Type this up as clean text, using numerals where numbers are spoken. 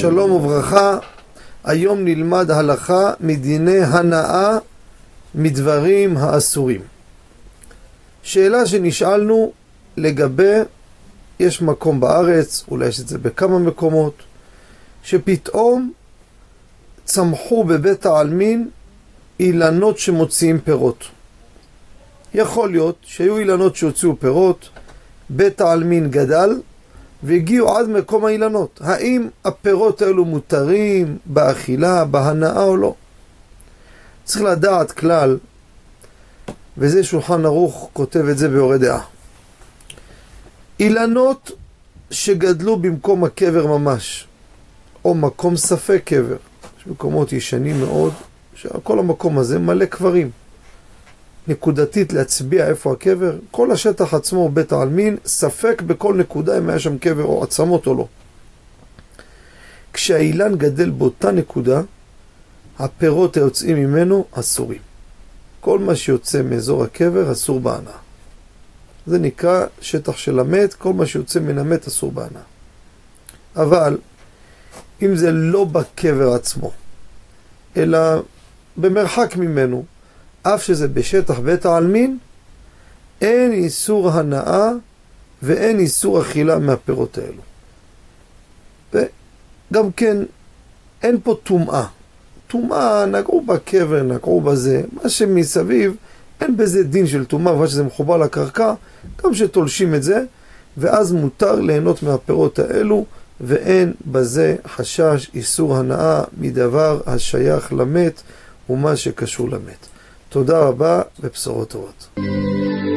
שלום וברכה. היום נלמד הלכה מדיני הנאה מדברים האסורים. שאלה שנשאלנו לגבי, יש מקום בארץ, אולי יש את זה בכמה מקומות, שפתאום צמחו בבית העלמין אילנות שמוציאים פירות. יכול להיות שהיו אילנות שהוציאו פירות, בית העלמין גדל והגיעו עד מקום האילנות. האם הפירות האלו מותרים באכילה, בהנאה או לא? צריך לדעת כלל, וזה שולחן ערוך כותב את זה ביורה דעה. אילנות שגדלו במקום הקבר ממש, או מקום ספק קבר, יש מקומות ישנים מאוד, שכל המקום הזה מלא קברים. נקודתית להצביע איפה הקבר, כל השטח עצמו הוא בית העלמין, ספק בכל נקודה אם היה שם קבר או עצמות או לא. כשהאילן גדל באותה נקודה, הפירות היוצאים ממנו אסורים. כל מה שיוצא מאזור הקבר אסור בהנאה. זה נקרא שטח של המת, כל מה שיוצא מן המת אסור בהנאה. אבל אם זה לא בקבר עצמו, אלא במרחק ממנו, אף שזה בשטח בית העלמין, אין איסור הנאה ואין איסור אכילה מהפירות האלו. וגם כן, אין פה טומאה. טומאה, נגעו בקבר, נגעו בזה, מה שמסביב, אין בזה דין של טומאה, אבל שזה מחובר לקרקע, גם שתולשים את זה, ואז מותר ליהנות מהפירות האלו, ואין בזה חשש איסור הנאה מדבר השייך למת ומה שקשור למת. תודה רבה ובשורות טובות.